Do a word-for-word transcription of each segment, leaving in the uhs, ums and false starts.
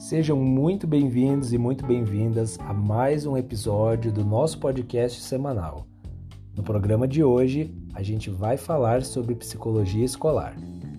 Sejam muito bem-vindos e muito bem-vindas a mais um episódio do nosso podcast semanal. No programa de hoje, a gente vai falar sobre psicologia escolar.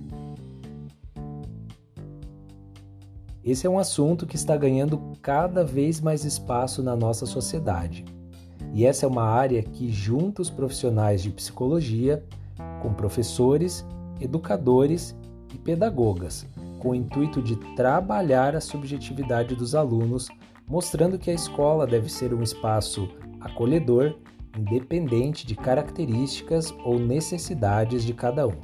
Esse é um assunto que está ganhando cada vez mais espaço na nossa sociedade. E essa é uma área que junta os profissionais de psicologia com professores, educadores e pedagogas, com o intuito de trabalhar a subjetividade dos alunos, mostrando que a escola deve ser um espaço acolhedor, independente de características ou necessidades de cada um.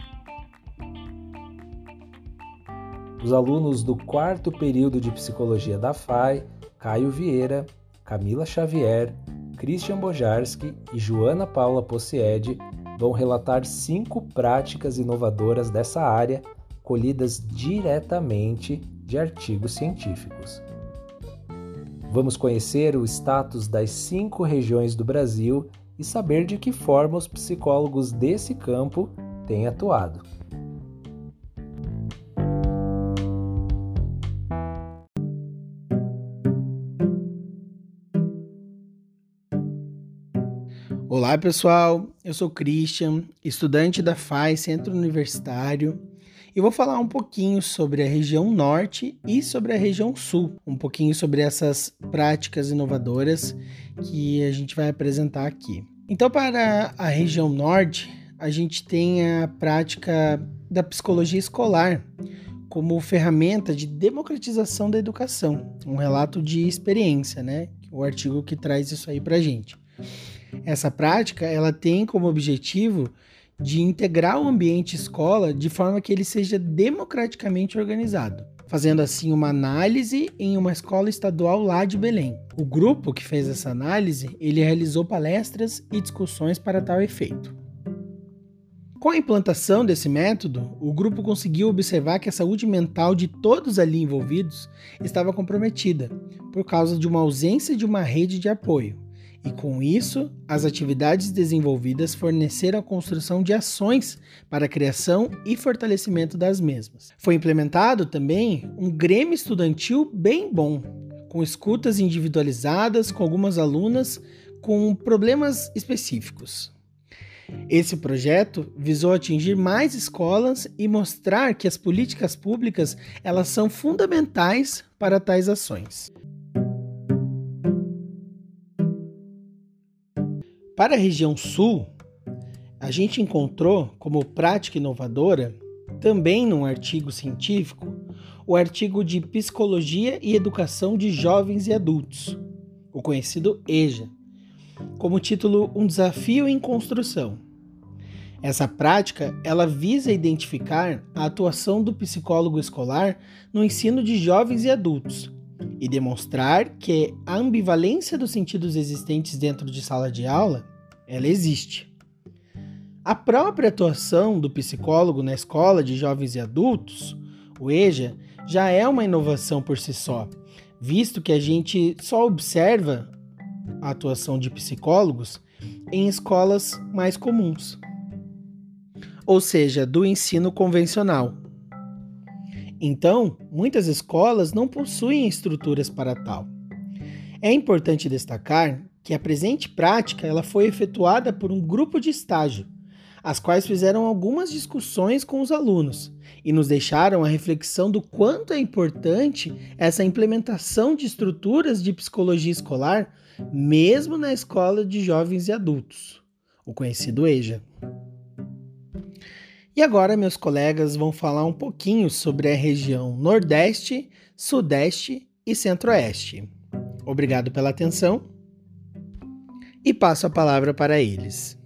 Os alunos do quarto período de Psicologia da F A I, Caio Vieira, Camila Xavier, Christian Bojarski e Joana Paula Possiede vão relatar cinco práticas inovadoras dessa área, colhidas diretamente de artigos científicos. Vamos conhecer o status das cinco regiões do Brasil e saber de que forma os psicólogos desse campo têm atuado. Olá pessoal, eu sou Christian, estudante da F A I Centro Universitário, e vou falar um pouquinho sobre a região Norte e sobre a região Sul, um pouquinho sobre essas práticas inovadoras que a gente vai apresentar aqui. Então, para a região Norte, a gente tem a prática da psicologia escolar como ferramenta de democratização da educação, um relato de experiência, né? O artigo que traz isso aí pra gente. Essa prática, ela tem como objetivo de integrar o ambiente escola de forma que ele seja democraticamente organizado, fazendo assim uma análise em uma escola estadual lá de Belém. O grupo que fez essa análise, ele realizou palestras e discussões para tal efeito. Com a implantação desse método, o grupo conseguiu observar que a saúde mental de todos ali envolvidos estava comprometida, por causa de uma ausência de uma rede de apoio. E com isso, as atividades desenvolvidas forneceram a construção de ações para a criação e fortalecimento das mesmas. Foi implementado também um grêmio estudantil bem bom, com escutas individualizadas com algumas alunas com problemas específicos. Esse projeto visou atingir mais escolas e mostrar que as políticas públicas elas são fundamentais para tais ações. Para a região Sul, a gente encontrou como prática inovadora, também num artigo científico, o artigo de Psicologia e Educação de Jovens e Adultos, o conhecido EJA, como título Um Desafio em Construção. Essa prática, ela visa identificar a atuação do psicólogo escolar no ensino de jovens e adultos, e demonstrar que a ambivalência dos sentidos existentes dentro de sala de aula, ela existe. A própria atuação do psicólogo na escola de jovens e adultos, o EJA, já é uma inovação por si só, visto que a gente só observa a atuação de psicólogos em escolas mais comuns, ou seja, do ensino convencional. Então, muitas escolas não possuem estruturas para tal. É importante destacar que a presente prática ela foi efetuada por um grupo de estágio, as quais fizeram algumas discussões com os alunos e nos deixaram a reflexão do quanto é importante essa implementação de estruturas de psicologia escolar, mesmo na escola de jovens e adultos, o conhecido EJA. E agora meus colegas vão falar um pouquinho sobre a região Nordeste, Sudeste e Centro-Oeste. Obrigado pela atenção e passo a palavra para eles.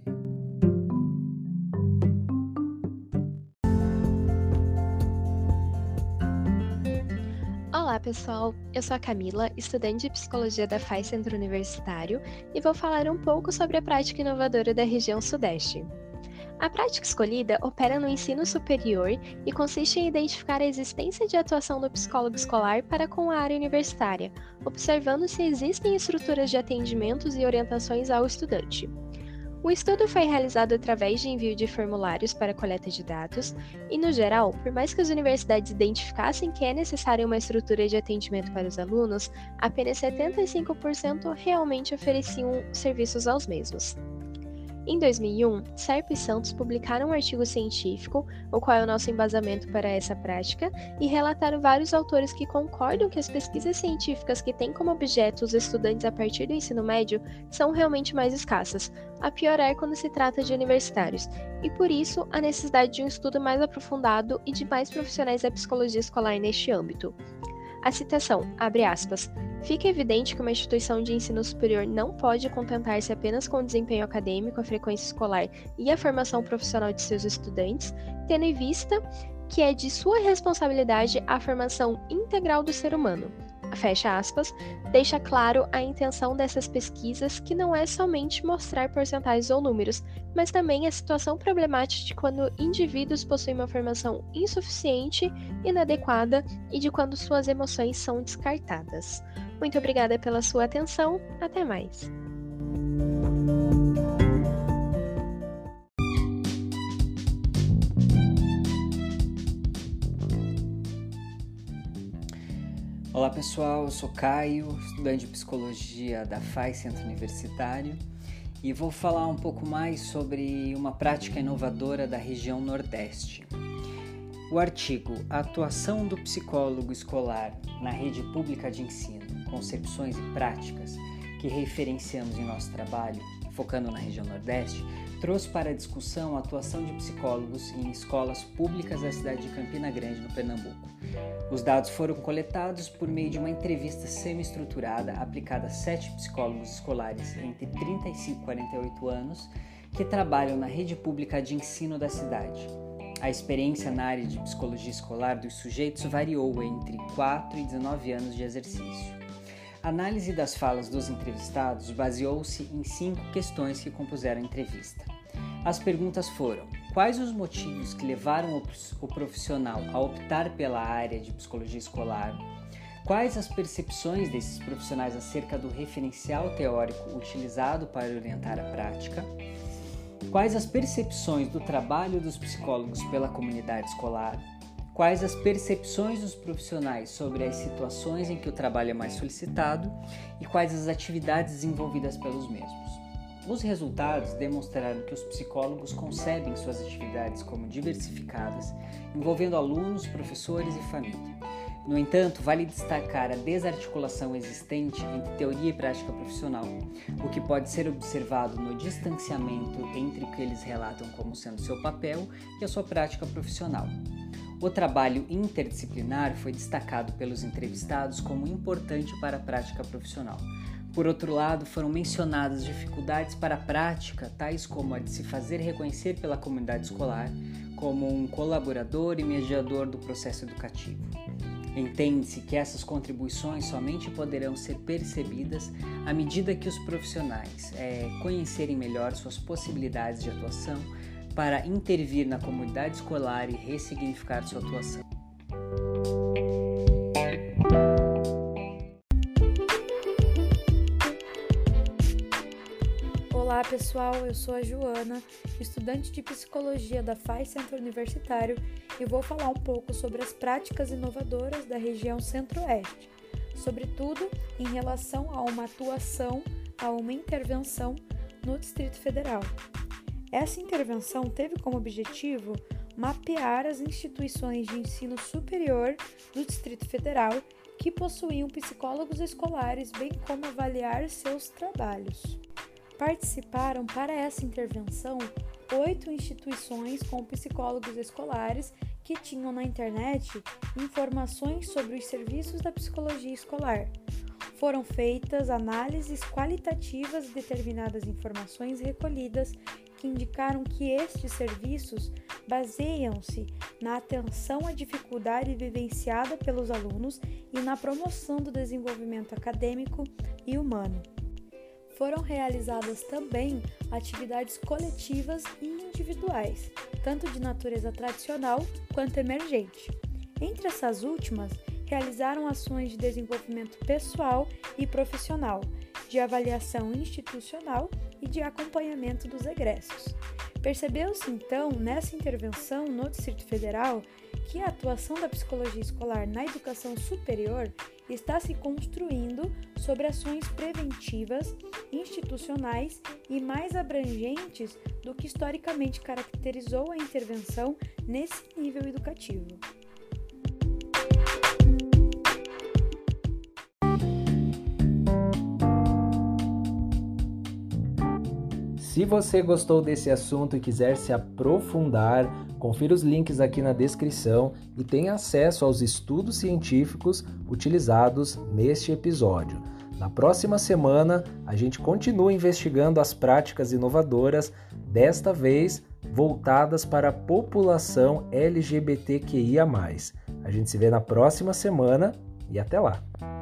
Olá pessoal, eu sou a Camila, estudante de Psicologia da F A I Centro Universitário e vou falar um pouco sobre a prática inovadora da região Sudeste. A prática escolhida opera no ensino superior e consiste em identificar a existência de atuação do psicólogo escolar para com a área universitária, observando se existem estruturas de atendimentos e orientações ao estudante. O estudo foi realizado através de envio de formulários para coleta de dados e, no geral, por mais que as universidades identificassem que é necessária uma estrutura de atendimento para os alunos, apenas setenta e cinco por cento realmente ofereciam serviços aos mesmos. Em dois mil e um, Serpa e Santos publicaram um artigo científico, o qual é o nosso embasamento para essa prática, e relataram vários autores que concordam que as pesquisas científicas que têm como objeto os estudantes a partir do ensino médio são realmente mais escassas, a piorar quando se trata de universitários, e por isso a necessidade de um estudo mais aprofundado e de mais profissionais da psicologia escolar neste âmbito. A citação, abre aspas, fica evidente que uma instituição de ensino superior não pode contentar-se apenas com o desempenho acadêmico, a frequência escolar e a formação profissional de seus estudantes, tendo em vista que é de sua responsabilidade a formação integral do ser humano. Fecha aspas, deixa claro a intenção dessas pesquisas que não é somente mostrar porcentagens ou números, mas também a situação problemática de quando indivíduos possuem uma formação insuficiente, inadequada e de quando suas emoções são descartadas. Muito obrigada pela sua atenção, até mais! Olá pessoal, eu sou Caio, estudante de Psicologia da F A I Centro Universitário e vou falar um pouco mais sobre uma prática inovadora da região Nordeste. O artigo A atuação do psicólogo escolar na rede pública de ensino, concepções e práticas que referenciamos em nosso trabalho, focando na região Nordeste, trouxe para a discussão a atuação de psicólogos em escolas públicas da cidade de Campina Grande, no Pernambuco. Os dados foram coletados por meio de uma entrevista semi-estruturada aplicada a sete psicólogos escolares entre trinta e cinco e quarenta e oito anos que trabalham na rede pública de ensino da cidade. A experiência na área de psicologia escolar dos sujeitos variou entre quatro e dezenove anos de exercício. A análise das falas dos entrevistados baseou-se em cinco questões que compuseram a entrevista. As perguntas foram: quais os motivos que levaram o profissional a optar pela área de psicologia escolar? Quais as percepções desses profissionais acerca do referencial teórico utilizado para orientar a prática? Quais as percepções do trabalho dos psicólogos pela comunidade escolar? Quais as percepções dos profissionais sobre as situações em que o trabalho é mais solicitado e quais as atividades desenvolvidas pelos mesmos? Os resultados demonstraram que os psicólogos concebem suas atividades como diversificadas, envolvendo alunos, professores e família. No entanto, vale destacar a desarticulação existente entre teoria e prática profissional, o que pode ser observado no distanciamento entre o que eles relatam como sendo seu papel e a sua prática profissional. O trabalho interdisciplinar foi destacado pelos entrevistados como importante para a prática profissional. Por outro lado, foram mencionadas dificuldades para a prática, tais como a de se fazer reconhecer pela comunidade escolar como um colaborador e mediador do processo educativo. Entende-se que essas contribuições somente poderão ser percebidas à medida que os profissionais é, conhecerem melhor suas possibilidades de atuação para intervir na comunidade escolar e ressignificar sua atuação. Olá pessoal, eu sou a Joana, estudante de Psicologia da F A I Centro Universitário e vou falar um pouco sobre as práticas inovadoras da região Centro-Oeste, sobretudo em relação a uma atuação, a uma intervenção no Distrito Federal. Essa intervenção teve como objetivo mapear as instituições de ensino superior do Distrito Federal que possuíam psicólogos escolares, bem como avaliar seus trabalhos. Participaram para essa intervenção oito instituições com psicólogos escolares que tinham na internet informações sobre os serviços da psicologia escolar. Foram feitas análises qualitativas de determinadas informações recolhidas que indicaram que estes serviços baseiam-se na atenção à dificuldade vivenciada pelos alunos e na promoção do desenvolvimento acadêmico e humano. Foram realizadas também atividades coletivas e individuais, tanto de natureza tradicional quanto emergente. Entre essas últimas, realizaram ações de desenvolvimento pessoal e profissional, de avaliação institucional e de acompanhamento dos egressos. Percebeu-se, então, nessa intervenção no Distrito Federal, que a atuação da psicologia escolar na educação superior está se construindo sobre ações preventivas, institucionais e mais abrangentes do que historicamente caracterizou a intervenção nesse nível educativo. Se você gostou desse assunto e quiser se aprofundar, confira os links aqui na descrição e tenha acesso aos estudos científicos utilizados neste episódio. Na próxima semana, a gente continua investigando as práticas inovadoras, desta vez voltadas para a população L G B T Q I A mais. A gente se vê na próxima semana e até lá!